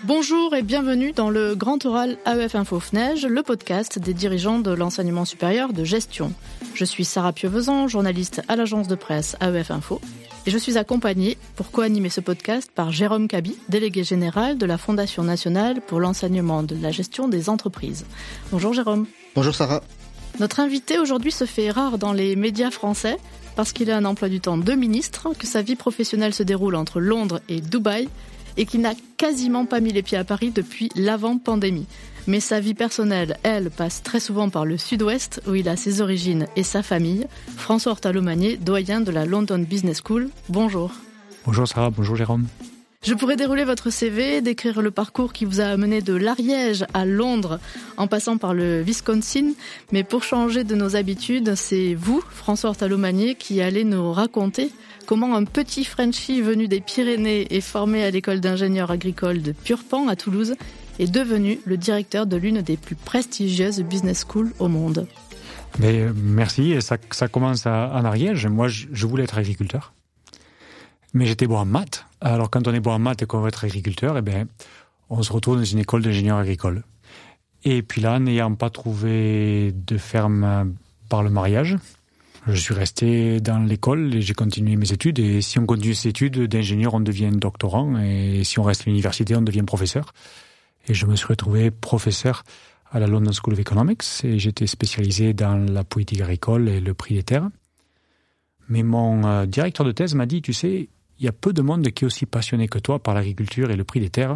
Bonjour et bienvenue dans le Grand Oral AEF Info FNEJ, le podcast des dirigeants de l'enseignement supérieur de gestion. Je suis Sarah Pieuvezan, journaliste à l'agence de presse AEF Info, et je suis accompagnée pour co-animer ce podcast par Jérôme Cabi, délégué général de la Fondation nationale pour l'enseignement de la gestion des entreprises. Bonjour Jérôme. Bonjour Sarah. Notre invité aujourd'hui se fait rare dans les médias français parce qu'il a un emploi du temps de ministre, que sa vie professionnelle se déroule entre Londres et Dubaï, et qui n'a quasiment pas mis les pieds à Paris depuis l'avant-pandémie. Mais sa vie personnelle, elle, passe très souvent par le Sud-Ouest, où il a ses origines et sa famille. François Ortalo-Magné, doyen de la London Business School. Bonjour. Bonjour Sarah, bonjour Jérôme. Je pourrais dérouler votre CV, décrire le parcours qui vous a amené de l'Ariège à Londres, en passant par le Wisconsin. Mais pour changer de nos habitudes, c'est vous, François Ortalo-Magné, qui allez nous raconter comment un petit Frenchie venu des Pyrénées et formé à l'école d'ingénieurs agricoles de Purpan à Toulouse est devenu le directeur de l'une des plus prestigieuses business schools au monde. Mais merci, et ça commence en Ariège. Moi, je voulais être agriculteur, mais j'étais bon en maths. Alors quand on est bon en maths et qu'on veut être agriculteur, on se retrouve dans une école d'ingénieurs agricoles. Et puis là, n'ayant pas trouvé de ferme par le mariage, je suis resté dans l'école et j'ai continué mes études. Et si on continue ses études d'ingénieur, on devient doctorant. Et si on reste à l'université, on devient professeur. Et je me suis retrouvé professeur à la London School of Economics. Et j'étais spécialisé dans la politique agricole et le prix des terres. Mais mon directeur de thèse m'a dit, tu sais, il y a peu de monde qui est aussi passionné que toi par l'agriculture et le prix des terres.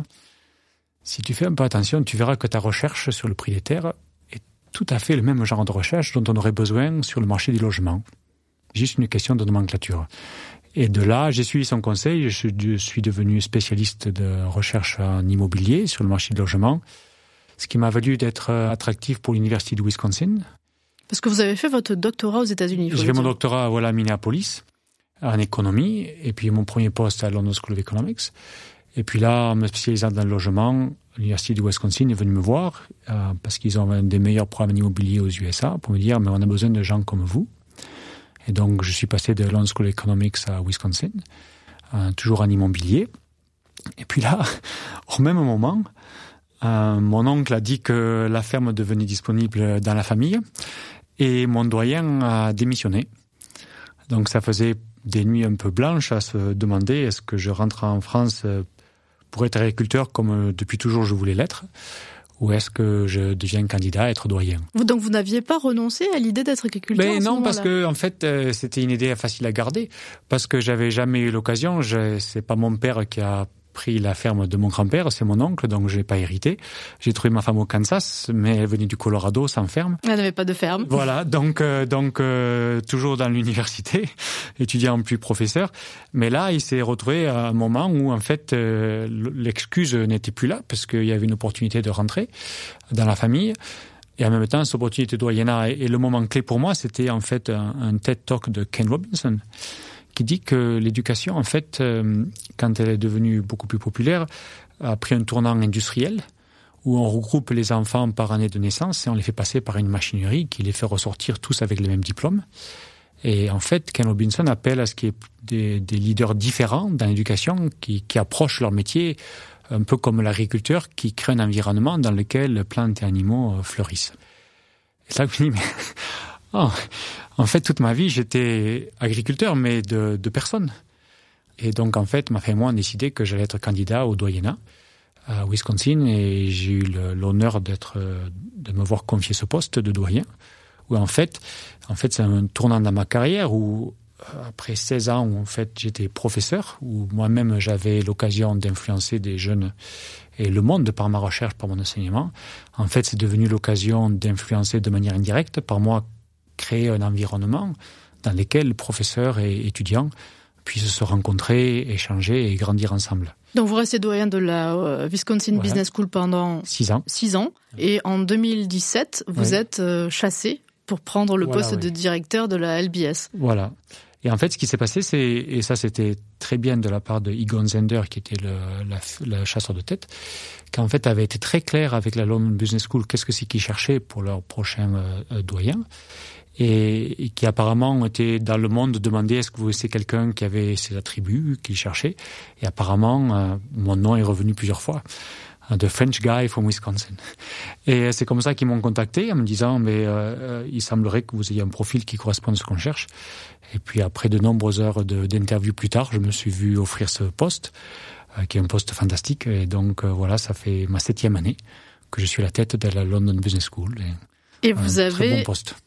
Si tu fais un peu attention, tu verras que ta recherche sur le prix des terres est tout à fait le même genre de recherche dont on aurait besoin sur le marché du logement. Juste une question de nomenclature. Et de là, j'ai suivi son conseil, je suis devenu spécialiste de recherche en immobilier sur le marché du logement, ce qui m'a valu d'être attractif pour l'université du Wisconsin. Parce que vous avez fait votre doctorat aux États-Unis. J'ai fait mon doctorat à Minneapolis, en économie, et puis mon premier poste à London School of Economics. Et puis là, en me spécialisant dans le logement, l'université du Wisconsin est venue me voir parce qu'ils ont un des meilleurs programmes immobiliers aux USA pour me dire, mais on a besoin de gens comme vous. Et donc, je suis passé de London School of Economics à Wisconsin, toujours en immobilier. Et puis là, au même moment, mon oncle a dit que la ferme devenait disponible dans la famille et mon doyen a démissionné. Donc, ça faisait des nuits un peu blanches à se demander est-ce que je rentre en France pour être agriculteur comme depuis toujours je voulais l'être, ou est-ce que je deviens candidat à être doyen. Donc vous n'aviez pas renoncé à l'idée d'être agriculteur? Mais non, parce que en fait c'était une idée facile à garder, parce que j'avais jamais eu l'occasion. C'est pas mon père qui a pris la ferme de mon grand-père, c'est mon oncle, donc je n'ai pas hérité. J'ai trouvé ma femme au Kansas, mais elle venait du Colorado sans ferme. Elle n'avait pas de ferme. Voilà, donc toujours dans l'université, étudiant puis professeur. Mais là, il s'est retrouvé à un moment où en fait l'excuse n'était plus là, parce qu'il y avait une opportunité de rentrer dans la famille. Et en même temps, cette opportunité de doyenat. Et le moment clé pour moi, c'était en fait un TED Talk de Ken Robinson, qui dit que l'éducation, en fait, quand elle est devenue beaucoup plus populaire, a pris un tournant industriel où on regroupe les enfants par année de naissance et on les fait passer par une machinerie qui les fait ressortir tous avec les mêmes diplômes. Et en fait, Ken Robinson appelle à ce qu'il y ait des leaders différents dans l'éducation qui approchent leur métier un peu comme l'agriculteur qui crée un environnement dans lequel plantes et animaux fleurissent. Et là, je me dis, mais... en fait, toute ma vie, j'étais agriculteur, mais de personnes. Et donc, en fait, ma femme et moi, on a décidé que j'allais être candidat au doyenat à Wisconsin, et j'ai eu l'honneur de me voir confier ce poste de doyen, où en fait, c'est un tournant dans ma carrière où, après 16 ans, où en fait, j'étais professeur, où moi-même, j'avais l'occasion d'influencer des jeunes et le monde par ma recherche, par mon enseignement. En fait, c'est devenu l'occasion d'influencer de manière indirecte par moi, créer un environnement dans lequel professeurs et étudiants puissent se rencontrer, échanger et grandir ensemble. Donc vous restez doyen de la Wisconsin Business School pendant 6 ans. Et en 2017, vous êtes chassé pour prendre le poste de directeur de la LBS. Voilà. Et en fait, ce qui s'est passé, et ça c'était très bien de la part de Egon Zehnder, qui était le chasseur de tête, qui en fait avait été très clair avec la London Business School, qu'est-ce que c'est qu'ils cherchaient pour leur prochain doyen. Et qui apparemment était dans le monde demandé est-ce que vous c'est quelqu'un qui avait ses attributs qu'il cherchait. Et apparemment, mon nom est revenu plusieurs fois The French guy from Wisconsin. Et c'est comme ça qu'ils m'ont contacté en me disant il semblerait que vous ayez un profil qui correspond à ce qu'on cherche. Et puis après de nombreuses heures d'interview plus tard, je me suis vu offrir ce poste, qui est un poste fantastique. Et donc voilà, ça fait ma 7e année que je suis à la tête de la London Business School. Et vous avez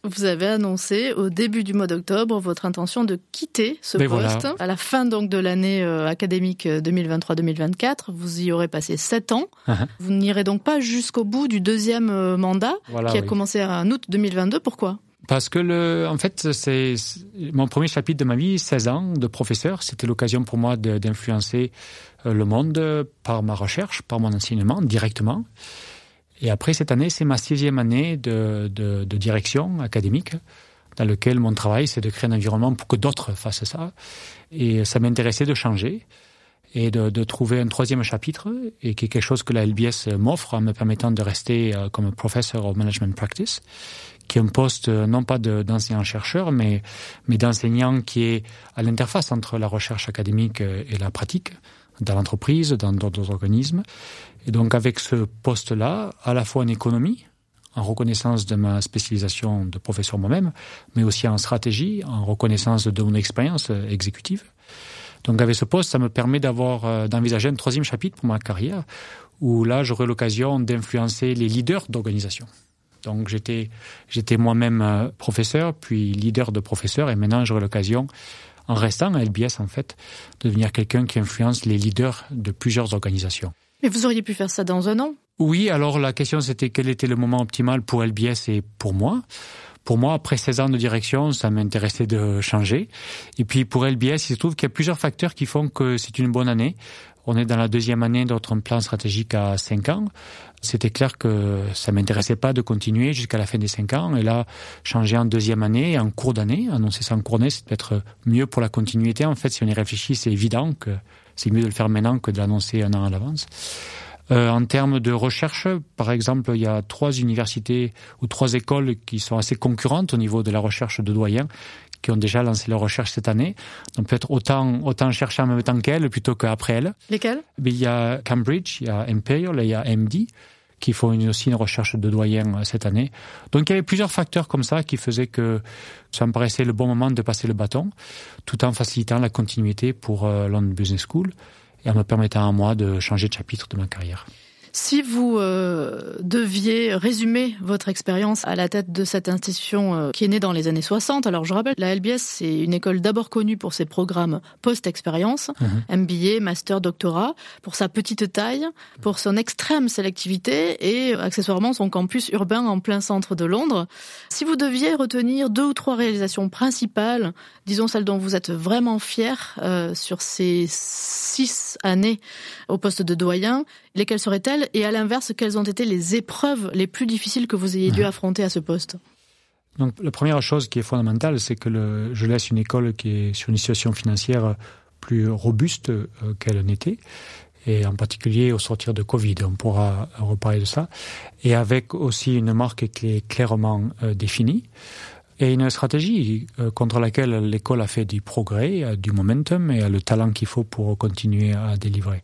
annoncé au début du mois d'octobre votre intention de quitter ce poste. Voilà. À la fin donc de l'année académique 2023-2024, vous y aurez passé 7 ans. Uh-huh. Vous n'irez donc pas jusqu'au bout du 2e mandat qui a commencé en août 2022. Pourquoi ? Parce que en fait, c'est mon premier chapitre de ma vie, 16 ans de professeur. C'était l'occasion pour moi d'influencer le monde par ma recherche, par mon enseignement directement. Et après cette année, c'est ma 6e année de direction académique, dans lequel mon travail, c'est de créer un environnement pour que d'autres fassent ça. Et ça m'intéressait de changer et de trouver un 3e chapitre, et qui est quelque chose que la LBS m'offre en me permettant de rester comme Professor of Management Practice, qui est un poste non pas d'enseignant-chercheur, mais d'enseignant qui est à l'interface entre la recherche académique et la pratique, dans l'entreprise, dans d'autres organismes. Et donc avec ce poste-là, à la fois en économie, en reconnaissance de ma spécialisation de professeur moi-même, mais aussi en stratégie, en reconnaissance de mon expérience exécutive. Donc avec ce poste, ça me permet d'envisager un 3e chapitre pour ma carrière, où là j'aurai l'occasion d'influencer les leaders d'organisation. Donc j'étais moi-même professeur, puis leader de professeur, et maintenant j'aurai l'occasion, en restant à LBS en fait, de devenir quelqu'un qui influence les leaders de plusieurs organisations. Mais vous auriez pu faire ça dans un an ? Oui, alors la question c'était quel était le moment optimal pour LBS et pour moi. Pour moi, après 16 ans de direction, ça m'intéressait de changer. Et puis pour LBS, il se trouve qu'il y a plusieurs facteurs qui font que c'est une bonne année. On est dans la 2e année de notre plan stratégique à 5 ans. C'était clair que ça m'intéressait pas de continuer jusqu'à la fin des 5 ans. Et là, changer en 2e année, en cours d'année, annoncer ça en cours d'année, c'est peut-être mieux pour la continuité. En fait, si on y réfléchit, c'est évident que c'est mieux de le faire maintenant que de l'annoncer un an à l'avance. En termes de recherche, par exemple, il y a 3 universités ou 3 écoles qui sont assez concurrentes au niveau de la recherche de doyens, qui ont déjà lancé leur recherche cette année. Donc peut-être autant chercher en même temps qu'elles plutôt qu'après elles. Lesquelles ? Il y a Cambridge, il y a Imperial et il y a MD qui font aussi une recherche de doyens cette année. Donc il y avait plusieurs facteurs comme ça qui faisaient que ça me paraissait le bon moment de passer le bâton, tout en facilitant la continuité pour London Business School et en me permettant à moi de changer de chapitre de ma carrière. Si vous deviez résumer votre expérience à la tête de cette institution qui est née dans les années 60, alors je rappelle, la LBS, c'est une école d'abord connue pour ses programmes post-expérience, MBA, master, doctorat, pour sa petite taille, pour son extrême sélectivité et accessoirement son campus urbain en plein centre de Londres. Si vous deviez retenir 2 ou 3 réalisations principales, disons celles dont vous êtes vraiment fier sur ces 6 années au poste de doyen, lesquelles seraient-elles? Et à l'inverse, quelles ont été les épreuves les plus difficiles que vous ayez dû affronter à ce poste? Donc, la première chose qui est fondamentale, c'est que je laisse une école qui est sur une situation financière plus robuste qu'elle n'était, et en particulier au sortir de Covid. On pourra reparler de ça. Et avec aussi une marque qui est clairement définie, et une stratégie contre laquelle l'école a fait du progrès, du momentum et a le talent qu'il faut pour continuer à délivrer.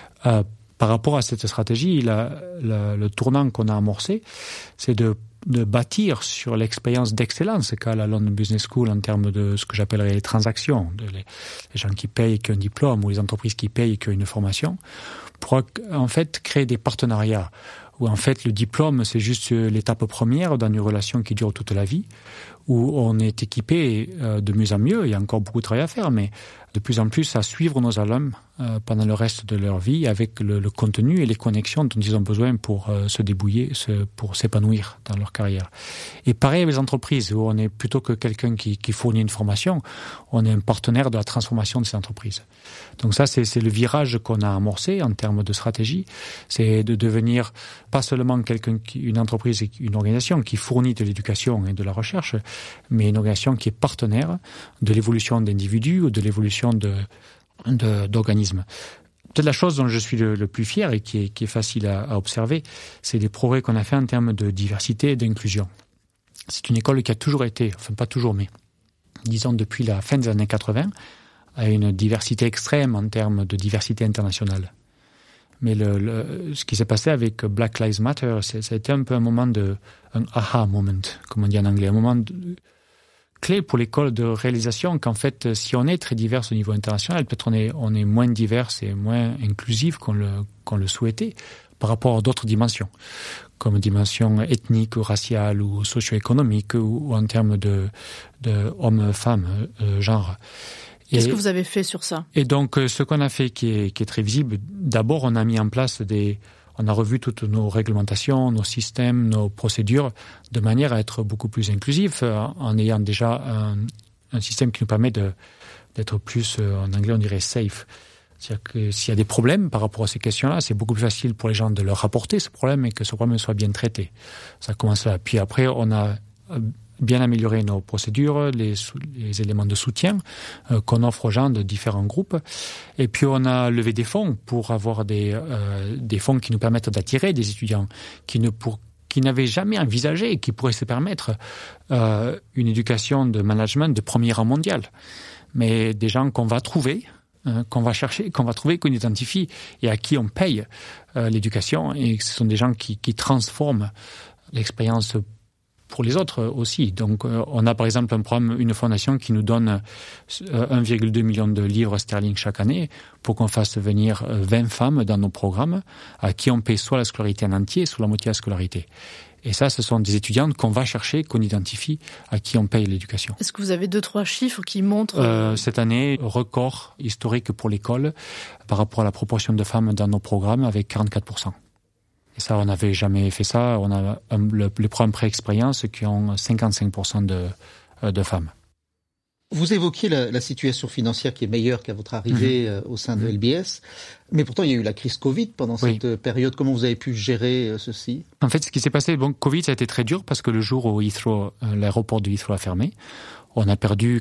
Par rapport à cette stratégie, le tournant qu'on a amorcé, c'est de bâtir sur l'expérience d'excellence qu'a la London Business School en termes de ce que j'appellerais les transactions, les gens qui payent et qui ont un diplôme ou les entreprises qui payent et qui ont une formation, pour en fait créer des partenariats où en fait le diplôme c'est juste l'étape première dans une relation qui dure toute la vie, où on est équipé de mieux en mieux, il y a encore beaucoup de travail à faire, mais de plus en plus à suivre nos alumni pendant le reste de leur vie avec le contenu et les connexions dont ils ont besoin pour se débrouiller, pour s'épanouir dans leur carrière. Et pareil avec les entreprises, où on est plutôt que quelqu'un qui fournit une formation, on est un partenaire de la transformation de ces entreprises. Donc ça, c'est le virage qu'on a amorcé en termes de stratégie, c'est de devenir pas seulement une entreprise, une organisation qui fournit de l'éducation et de la recherche, mais une organisation qui est partenaire de l'évolution d'individus ou de l'évolution d'organismes. Peut-être la chose dont je suis le plus fier et qui est facile à observer, c'est les progrès qu'on a fait en termes de diversité et d'inclusion. C'est une école qui a toujours été, enfin pas toujours, mais disons depuis la fin des années 80, a une diversité extrême en termes de diversité internationale. Mais ce qui s'est passé avec Black Lives Matter, ça a été un peu un aha moment, comme on dit en anglais, un moment clé pour l'école de réalisation qu'en fait, si on est très divers au niveau international, peut-être on est moins divers et moins inclusif qu'on le souhaitait par rapport à d'autres dimensions, comme dimension ethnique ou raciale ou socio-économique ou en termes de homme-femme, genre. Qu'est-ce que vous avez fait sur ça? Et donc, ce qu'on a fait qui est très visible, d'abord, on a mis en place on a revu toutes nos réglementations, nos systèmes, nos procédures, de manière à être beaucoup plus inclusif, en ayant déjà un système qui nous permet d'être plus, en anglais on dirait safe. C'est-à-dire que s'il y a des problèmes par rapport à ces questions-là, c'est beaucoup plus facile pour les gens de leur rapporter ce problème et que ce problème soit bien traité. Ça commence là. Puis après, on a bien amélioré nos procédures, les éléments de soutien qu'on offre aux gens de différents groupes. Et puis on a levé des fonds pour avoir des fonds qui nous permettent d'attirer des étudiants qui n'avaient jamais envisagé et qui pourraient se permettre une éducation de management de premier rang mondial. Mais des gens qu'on va trouver, qu'on va chercher, qu'on va trouver, qu'on identifie et à qui on paye l'éducation. Et ce sont des gens qui transforment l'expérience pour les autres aussi. Donc, on a par exemple un programme, une fondation qui nous donne 1,2 million de livres sterling chaque année pour qu'on fasse venir 20 femmes dans nos programmes à qui on paye soit la scolarité en entier, soit la moitié de la scolarité. Et ça, ce sont des étudiantes qu'on va chercher, qu'on identifie, à qui on paye l'éducation. Est-ce que vous avez 2-3 chiffres qui montrent... Cette année, record historique pour l'école par rapport à la proportion de femmes dans nos programmes avec 44%. Et ça, on n'avait jamais fait ça. On a les programmes pré-expérience qui ont 55% de femmes. Vous évoquiez la situation financière qui est meilleure qu'à votre arrivée au sein de LBS. Mais pourtant, il y a eu la crise Covid pendant cette période. Comment vous avez pu gérer ceci? En fait, ce qui s'est passé, Covid, ça a été très dur parce que le jour où l'aéroport de Heathrow a fermé, on a perdu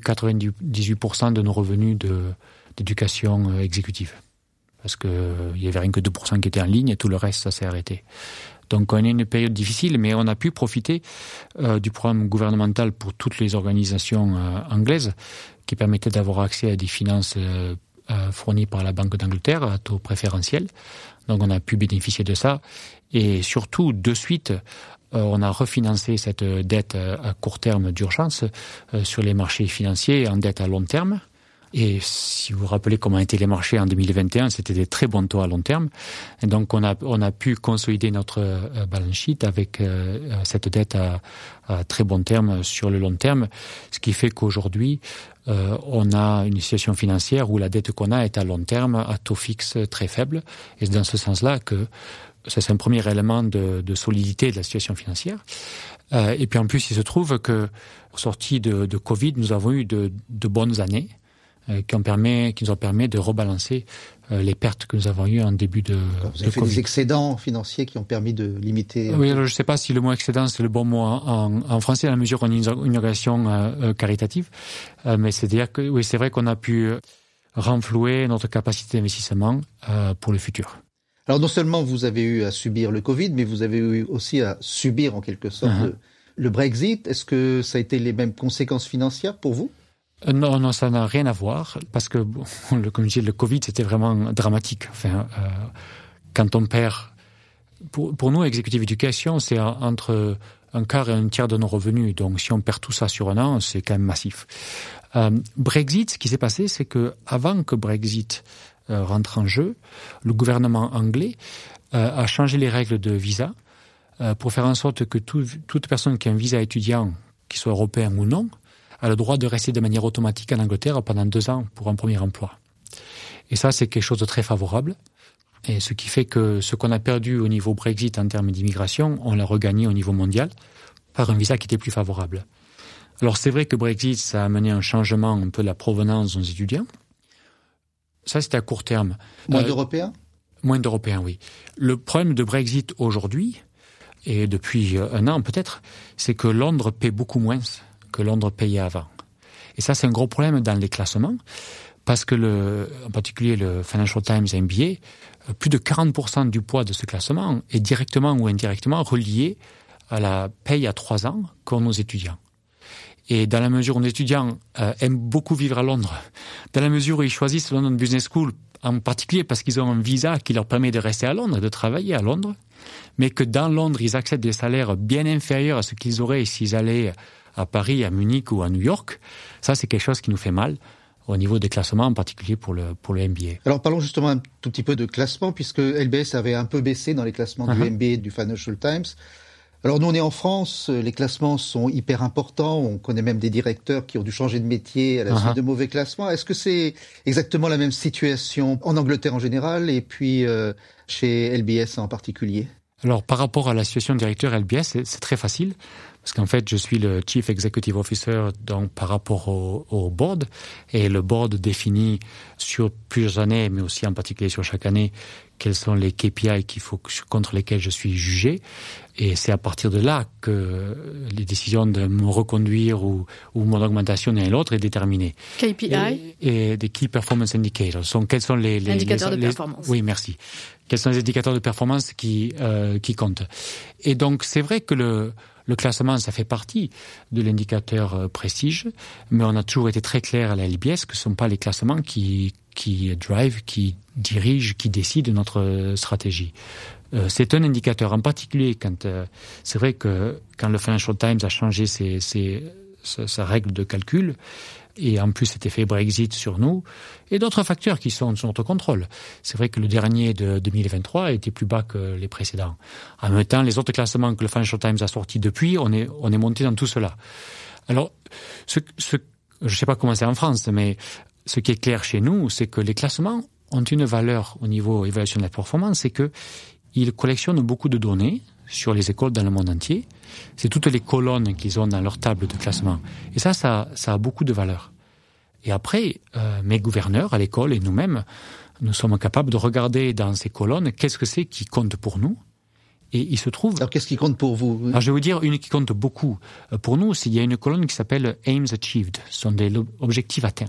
98% de nos revenus d'éducation exécutive. Parce que il y avait rien que 2% qui étaient en ligne et tout le reste, ça s'est arrêté. Donc on a une période difficile, mais on a pu profiter du programme gouvernemental pour toutes les organisations anglaises qui permettait d'avoir accès à des finances fournies par la Banque d'Angleterre à taux préférentiel. Donc on a pu bénéficier de ça. Et surtout, de suite, on a refinancé cette dette à court terme d'urgence sur les marchés financiers en dette à long terme. Et si vous vous rappelez comment étaient les marchés en 2021, c'était des très bons taux à long terme. Et donc on a pu consolider notre balance sheet avec cette dette à très bon terme sur le long terme, ce qui fait qu'aujourd'hui on a une situation financière où la dette qu'on a est à long terme à taux fixe très faible. Et c'est dans ce sens-là que ça, c'est un premier élément de solidité de la situation financière. Et puis en plus, il se trouve que sortie de Covid, nous avons eu de bonnes années qui nous ont permis de rebalancer les pertes que nous avons eues en début de Vous avez fait COVID. des excédents financiers qui ont permis de limiter... Oui, alors je ne sais pas si le mot excédent, c'est le bon mot en français, à la mesure qu'on est une organisation caritative. Mais c'est-à-dire que, oui, c'est vrai qu'on a pu renflouer notre capacité d'investissement pour le futur. Alors non seulement vous avez eu à subir le Covid, mais vous avez eu aussi à subir en quelque sorte le Brexit. Est-ce que ça a été les mêmes conséquences financières pour vous? Non, ça n'a rien à voir, parce que, comme je dis, le Covid, c'était vraiment dramatique. Enfin, quand on perd... Pour nous, Executive Education, c'est entre un quart et un tiers de nos revenus. Donc, si on perd tout ça sur un an, c'est quand même massif. Brexit, ce qui s'est passé, c'est que avant que Brexit rentre en jeu, le gouvernement anglais a changé les règles de visa pour faire en sorte que toute personne qui a un visa étudiant, qu'il soit européen ou non, a le droit de rester de manière automatique en Angleterre pendant 2 ans pour un premier emploi. Et ça, c'est quelque chose de très favorable. Et ce qui fait que ce qu'on a perdu au niveau Brexit en termes d'immigration, on l'a regagné au niveau mondial par un visa qui était plus favorable. Alors c'est vrai que Brexit, ça a amené un changement un peu de la provenance de nos étudiants. Ça, c'était à court terme. Moins d'Européens? Moins d'Européens, oui. Le problème de Brexit aujourd'hui, et depuis un an peut-être, c'est que Londres paie beaucoup moins que Londres payait avant. Et ça, c'est un gros problème dans les classements, parce que en particulier le Financial Times MBA, plus de 40% du poids de ce classement est directement ou indirectement relié à la paye à 3 ans qu'ont nos étudiants. Et dans la mesure où nos étudiants aiment beaucoup vivre à Londres, dans la mesure où ils choisissent London Business School, en particulier parce qu'ils ont un visa qui leur permet de rester à Londres, de travailler à Londres, mais que dans Londres, ils acceptent des salaires bien inférieurs à ce qu'ils auraient s'ils allaient à Paris, à Munich ou à New York, ça c'est quelque chose qui nous fait mal au niveau des classements, en particulier pour le MBA. Alors parlons justement un tout petit peu de classement, puisque LBS avait un peu baissé dans les classements du MBA et du Financial Times. Alors nous on est en France, les classements sont hyper importants, on connaît même des directeurs qui ont dû changer de métier à la suite de mauvais classements. Est-ce que c'est exactement la même situation en Angleterre en général et puis chez LBS en particulier ? Alors par rapport à la situation de directeur LBS, c'est très facile, parce qu'en fait je suis le Chief Executive Officer donc par rapport au board, et le board définit sur plusieurs années, mais aussi en particulier sur chaque année, quels sont les KPI contre lesquels je suis jugé. Et c'est à partir de là que les décisions de me reconduire ou mon augmentation l'un et l'autre est déterminée. KPI et des Key Performance Indicators. Quels sont les indicateurs de performance. Oui, merci. Quels sont les indicateurs de performance qui comptent. Et donc c'est vrai que le classement, ça fait partie de l'indicateur prestige, mais on a toujours été très clair à la LBS que ce ne sont pas les classements qui drive, qui dirigent, qui décident de notre stratégie. C'est un indicateur, en particulier c'est vrai que quand le Financial Times a changé sa règle de calcul, et en plus cet effet Brexit sur nous, et d'autres facteurs qui sont sous notre contrôle. C'est vrai que le dernier de 2023 était plus bas que les précédents. En même temps, les autres classements que le Financial Times a sortis depuis, on est monté dans tout cela. Alors, je ne sais pas comment c'est en France, mais ce qui est clair chez nous, c'est que les classements ont une valeur au niveau évaluation de la performance, c'est que ils collectionnent beaucoup de données sur les écoles dans le monde entier. C'est toutes les colonnes qu'ils ont dans leur table de classement. Et ça a beaucoup de valeur. Et après, mes gouverneurs à l'école et nous-mêmes, nous sommes capables de regarder dans ces colonnes qu'est-ce que c'est qui compte pour nous. Et il se trouve... Alors qu'est-ce qui compte pour vous ? Alors je vais vous dire une qui compte beaucoup. Pour nous, il y a une colonne qui s'appelle Aims Achieved. Ce sont des objectifs atteints.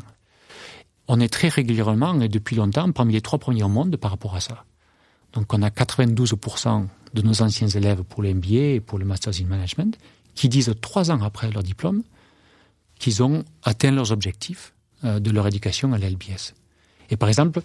On est très régulièrement et depuis longtemps parmi les 3 premiers au monde par rapport à ça. Donc on a 92% de nos anciens élèves pour le MBA et pour le Masters in Management qui disent 3 ans après leur diplôme qu'ils ont atteint leurs objectifs de leur éducation à l'LBS. Et par exemple,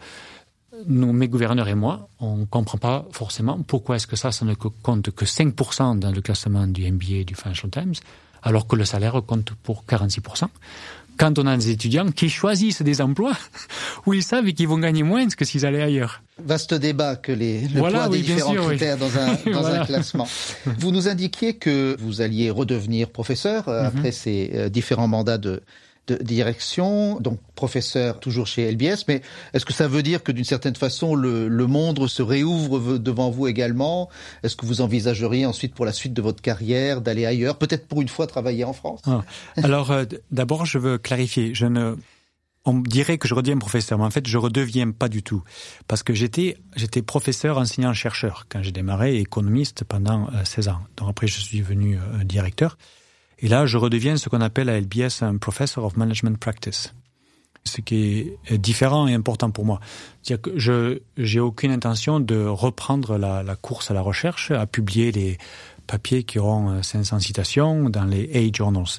mes gouverneurs et moi, on ne comprend pas forcément pourquoi est-ce que ça ne compte que 5% dans le classement du MBA et du Financial Times, alors que le salaire compte pour 46%. Quand on a des étudiants qui choisissent des emplois où ils savent qu'ils vont gagner moins que s'ils allaient ailleurs. Vaste débat que le poids des différents critères dans un classement. Vous nous indiquiez que vous alliez redevenir professeur après ces différents mandats de direction, donc professeur toujours chez LBS, mais est-ce que ça veut dire que d'une certaine façon le monde se réouvre devant vous également ? Est-ce que vous envisageriez ensuite pour la suite de votre carrière d'aller ailleurs, peut-être pour une fois travailler en France ? Alors d'abord je veux clarifier, on dirait que je redeviens professeur, mais en fait je redeviens pas du tout, parce que j'étais professeur enseignant-chercheur quand j'ai démarré, économiste pendant 16 ans, donc après je suis devenu directeur. Et là, je redeviens ce qu'on appelle à LBS un Professor of Management Practice. Ce qui est différent et important pour moi. C'est-à-dire que j'ai aucune intention de reprendre la course à la recherche, à publier des papiers qui auront 500 citations dans les A-journals.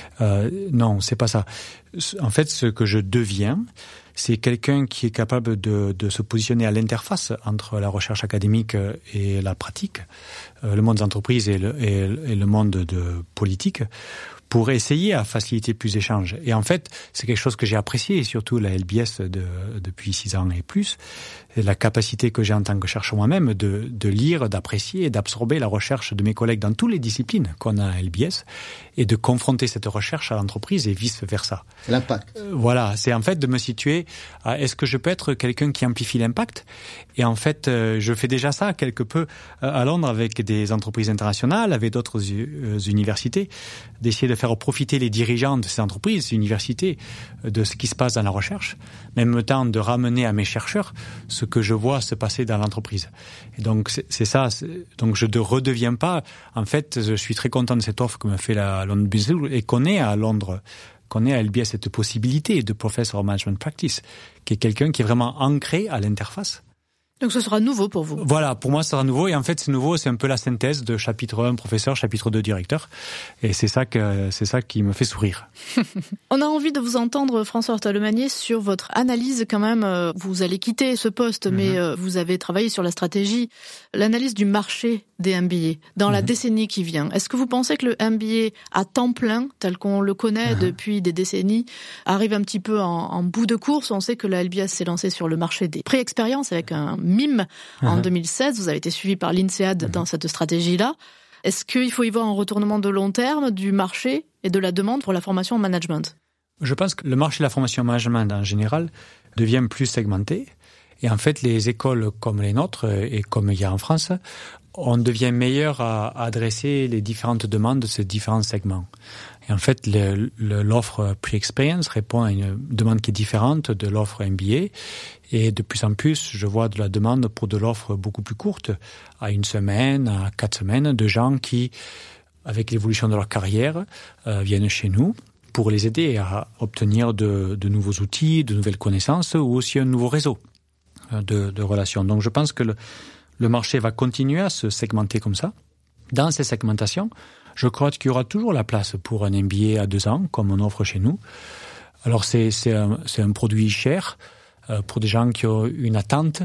Non, c'est pas ça. En fait, ce que je deviens, c'est quelqu'un qui est capable de se positionner à l'interface entre la recherche académique et la pratique, le monde des entreprises et le monde de politique, pour essayer à faciliter plus d'échanges. Et en fait, c'est quelque chose que j'ai apprécié, surtout la LBS depuis 6 ans et plus, et la capacité que j'ai en tant que chercheur moi-même de lire, d'apprécier et d'absorber la recherche de mes collègues dans toutes les disciplines qu'on a à LBS, et de confronter cette recherche à l'entreprise et vice-versa. L'impact. Voilà, c'est en fait de me situer à est-ce que je peux être quelqu'un qui amplifie l'impact ? Et en fait, je fais déjà ça quelque peu à Londres avec des entreprises internationales, avec d'autres universités, d'essayer de faire profiter les dirigeants de ces entreprises, universités, de ce qui se passe dans la recherche, mais en même temps de ramener à mes chercheurs ce que je vois se passer dans l'entreprise. Et donc c'est ça. Donc je ne redeviens pas. En fait, je suis très content de cette offre que me fait la London Business School et qu'on ait à Londres, qu'on ait à LBS cette possibilité de Professor of Management Practice, qui est quelqu'un qui est vraiment ancré à l'interface Donc ce sera nouveau pour vous. Voilà, pour moi, ce sera nouveau. Et en fait, c'est nouveau, c'est un peu la synthèse de chapitre 1 professeur, chapitre 2 directeur. Et c'est ça qui me fait sourire. On a envie de vous entendre, François Horta-Lemanier, sur votre analyse quand même. Vous allez quitter ce poste, mais vous avez travaillé sur la stratégie, l'analyse du marché des MBA dans la décennie qui vient. Est-ce que vous pensez que le MBA à temps plein, tel qu'on le connaît depuis des décennies, arrive un petit peu en bout de course? On sait que la LBS s'est lancée sur le marché des pré-expériences avec un MIM en 2016. Vous avez été suivi par l'INSEAD dans cette stratégie-là. Est-ce qu'il faut y voir un retournement de long terme du marché et de la demande pour la formation en management? Je pense que le marché de la formation en management en général devient plus segmenté. Et en fait, les écoles comme les nôtres, et comme il y a en France, on devient meilleur à adresser les différentes demandes de ces différents segments. Et en fait, l'offre pre-experience répond à une demande qui est différente de l'offre MBA. Et de plus en plus, je vois de la demande pour de l'offre beaucoup plus courte, à 1 semaine, à 4 semaines, de gens qui, avec l'évolution de leur carrière, viennent chez nous pour les aider à obtenir de nouveaux outils, de nouvelles connaissances ou aussi un nouveau réseau de relations. Donc je pense que le marché va continuer à se segmenter comme ça. Dans ces segmentations, je crois qu'il y aura toujours la place pour un MBA à 2 ans, comme on offre chez nous. Alors c'est un produit cher pour des gens qui ont une attente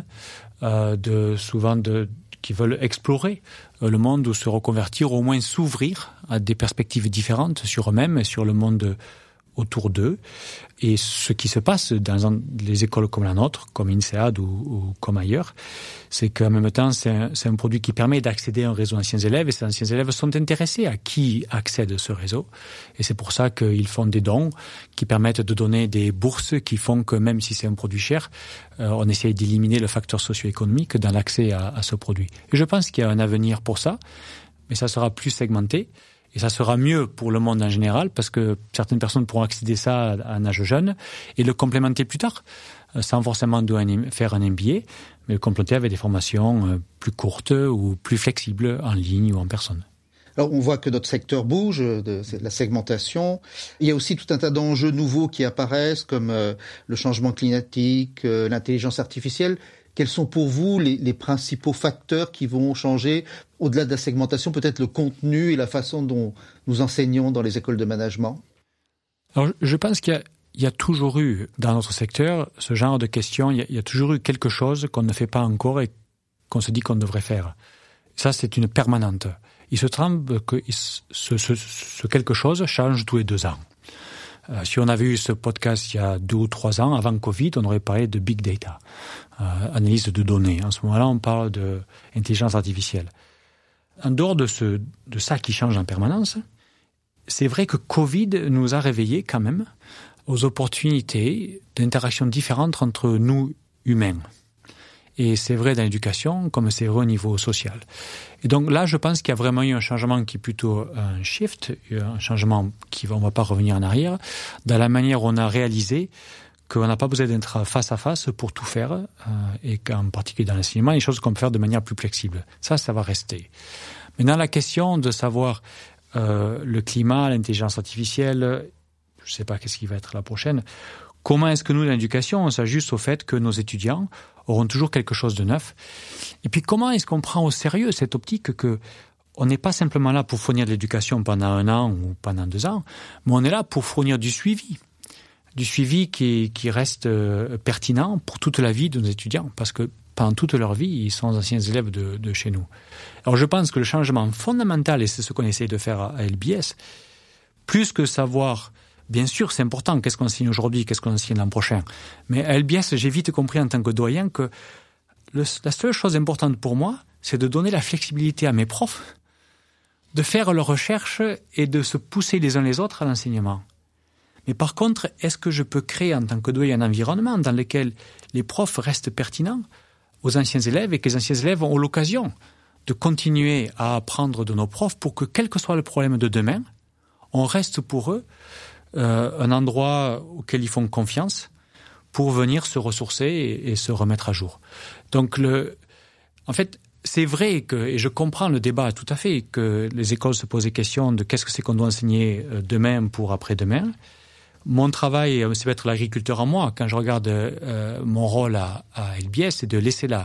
qui veulent explorer le monde ou se reconvertir, au moins s'ouvrir à des perspectives différentes sur eux-mêmes et sur le monde autour d'eux. Et ce qui se passe dans les écoles comme la nôtre, comme INSEAD ou comme ailleurs, c'est qu'en même temps, c'est un produit qui permet d'accéder à un réseau d'anciens élèves, et ces anciens élèves sont intéressés à qui accède à ce réseau. Et c'est pour ça qu'ils font des dons qui permettent de donner des bourses qui font que même si c'est un produit cher, on essaye d'éliminer le facteur socio-économique dans l'accès à ce produit. Et je pense qu'il y a un avenir pour ça, mais ça sera plus segmenté. Et ça sera mieux pour le monde en général, parce que certaines personnes pourront accéder à ça à un âge jeune et le complémenter plus tard, sans forcément faire un MBA, mais le compléter avec des formations plus courtes ou plus flexibles en ligne ou en personne. Alors, on voit que notre secteur bouge, de la segmentation. Il y a aussi tout un tas d'enjeux nouveaux qui apparaissent, comme le changement climatique, l'intelligence artificielle. Quels sont pour vous les principaux facteurs qui vont changer, au-delà de la segmentation, peut-être le contenu et la façon dont nous enseignons dans les écoles de management? Alors, je pense qu'il y a toujours eu, dans notre secteur, ce genre de questions. Il y a toujours eu quelque chose qu'on ne fait pas encore et qu'on se dit qu'on devrait faire. Ça, c'est une permanente. Il se trouve que ce quelque chose change tous les 2 ans. Si on avait eu ce podcast il y a 2 ou 3 ans, avant Covid, on aurait parlé de big data, analyse de données. En ce moment-là, on parle d'intelligence artificielle. En dehors de ça qui change en permanence, c'est vrai que Covid nous a réveillés quand même aux opportunités d'interactions différentes entre nous, humains. Et c'est vrai dans l'éducation, comme c'est vrai au niveau social. Et donc là, je pense qu'il y a vraiment eu un changement qui est plutôt un shift, un changement on va pas revenir en arrière, dans la manière où on a réalisé qu'on n'a pas besoin d'être face à face pour tout faire, et qu'en particulier dans l'enseignement, les choses qu'on peut faire de manière plus flexible. Ça va rester. Maintenant, la question de savoir le climat, l'intelligence artificielle, je ne sais pas qu'est-ce qui va être la prochaine. Comment est-ce que nous, dans l'éducation, on s'ajuste au fait que nos étudiants auront toujours quelque chose de neuf? Et puis, comment est-ce qu'on prend au sérieux cette optique que on n'est pas simplement là pour fournir de l'éducation pendant 1 an ou pendant 2 ans, mais on est là pour fournir du suivi qui reste pertinent pour toute la vie de nos étudiants, parce que pendant toute leur vie, ils sont anciens élèves de chez nous. Alors, je pense que le changement fondamental, et c'est ce qu'on essaye de faire à LBS, plus que savoir... Bien sûr, c'est important, qu'est-ce qu'on enseigne aujourd'hui, qu'est-ce qu'on enseigne l'an prochain. Mais à LBS, j'ai vite compris en tant que doyen que la seule chose importante pour moi, c'est de donner la flexibilité à mes profs, de faire leurs recherches et de se pousser les uns les autres à l'enseignement. Mais par contre, est-ce que je peux créer en tant que doyen un environnement dans lequel les profs restent pertinents aux anciens élèves et que les anciens élèves ont l'occasion de continuer à apprendre de nos profs pour que, quel que soit le problème de demain, on reste pour eux un endroit auquel ils font confiance pour venir se ressourcer et se remettre à jour. Donc, en fait, c'est vrai que, et je comprends le débat tout à fait, que les écoles se posent des questions de qu'est-ce que c'est qu'on doit enseigner demain pour après-demain. Mon travail, c'est d'être l'agriculteur en moi. Quand je regarde mon rôle à LBS, c'est de laisser la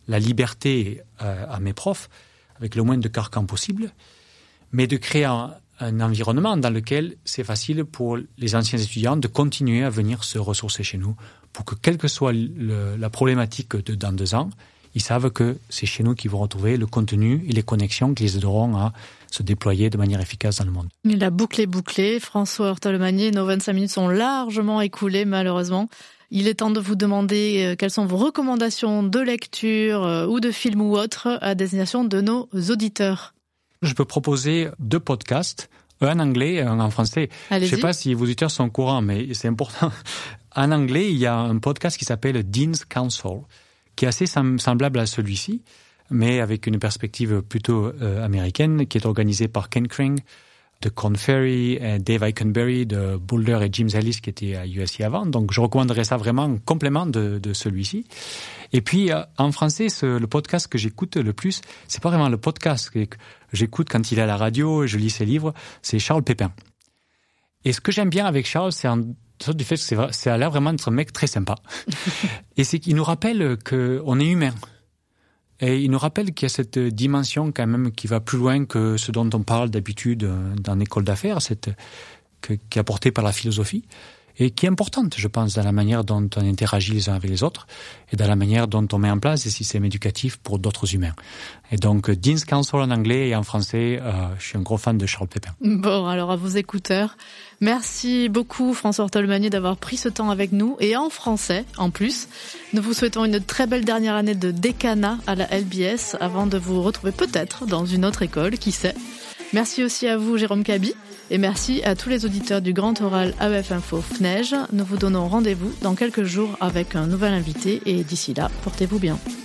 la liberté à mes profs, avec le moins de carcans possible, mais de créer un environnement dans lequel c'est facile pour les anciens étudiants de continuer à venir se ressourcer chez nous, pour que quelle que soit la problématique dans 2 ans, ils savent que c'est chez nous qu'ils vont retrouver le contenu et les connexions qui les aideront à se déployer de manière efficace dans le monde. La boucle est bouclée. François Horta-Lemagnier, nos 25 minutes sont largement écoulées, malheureusement. Il est temps de vous demander quelles sont vos recommandations de lecture ou de films ou autres à destination de nos auditeurs. Je peux proposer 2 podcasts, un en anglais et un en français. Allez-y. Je ne sais pas si vos auditeurs sont au courant, mais c'est important. En anglais, il y a un podcast qui s'appelle Dean's Council, qui est assez semblable à celui-ci, mais avec une perspective plutôt américaine, qui est organisé par Ken Kring, de Korn Ferry, Dave Eikenberry, de Boulder et Jim Ellis, qui étaient à USC avant. Donc, je recommanderais ça vraiment en complément de celui-ci. Et puis, en français, le podcast que j'écoute le plus, c'est pas vraiment le podcast que j'écoute quand il est à la radio et je lis ses livres, c'est Charles Pépin. Et ce que j'aime bien avec Charles, c'est du fait que c'est à l'air vraiment d'être un mec très sympa. Et c'est qu'il nous rappelle qu'on est humain. Et il nous rappelle qu'il y a cette dimension quand même qui va plus loin que ce dont on parle d'habitude dans l'école d'affaires, qui est apportée par la philosophie, et qui est importante, je pense, dans la manière dont on interagit les uns avec les autres, et dans la manière dont on met en place des systèmes éducatifs pour d'autres humains. Et donc, Dean's Council en anglais et en français, je suis un gros fan de Charles Pépin. Bon, alors à vos écouteurs, merci beaucoup François Horta-Lemagnier d'avoir pris ce temps avec nous, et en français, en plus. Nous vous souhaitons une très belle dernière année de décanat à la LBS, avant de vous retrouver peut-être dans une autre école, qui sait. Merci aussi à vous, Jérôme Cabi. Et merci à tous les auditeurs du Grand Oral AEF Info FNEJ. Nous vous donnons rendez-vous dans quelques jours avec un nouvel invité et d'ici là, portez-vous bien.